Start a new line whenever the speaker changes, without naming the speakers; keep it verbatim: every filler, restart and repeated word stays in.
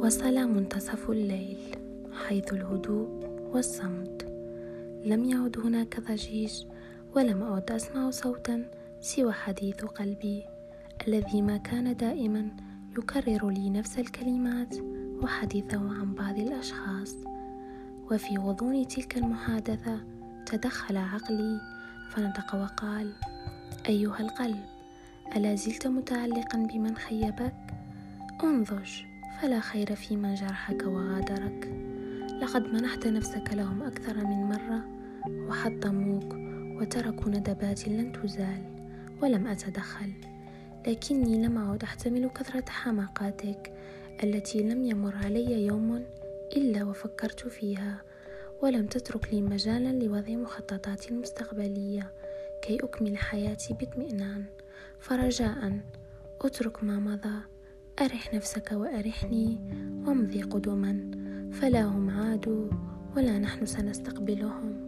وصل منتصف الليل حيث الهدوء والصمت. لم يعد هناك ضجيج، ولم أعد أسمع صوتا سوى حديث قلبي الذي ما كان دائما يكرر لي نفس الكلمات وحديثه عن بعض الأشخاص. وفي غضون تلك المحادثة تدخل عقلي فنطق وقال: أيها القلب، ألا زلت متعلقا بمن خيبك؟ انضج، فلا خير في من جرحك وغادرك. لقد منحت نفسك لهم أكثر من مرة وحطموك وتركوا ندبات لن تزال، ولم أتدخل، لكني لم أعد أحتمل كثرة حماقاتك التي لم يمر علي يوم إلا وفكرت فيها، ولم تترك لي مجالا لوضع مخططات مستقبلية كي أكمل حياتي باطمئنان. فرجاء اترك ما مضى، أرح نفسك وأرحني، وامضي قدما، فلا هم عادوا ولا نحن سنستقبلهم.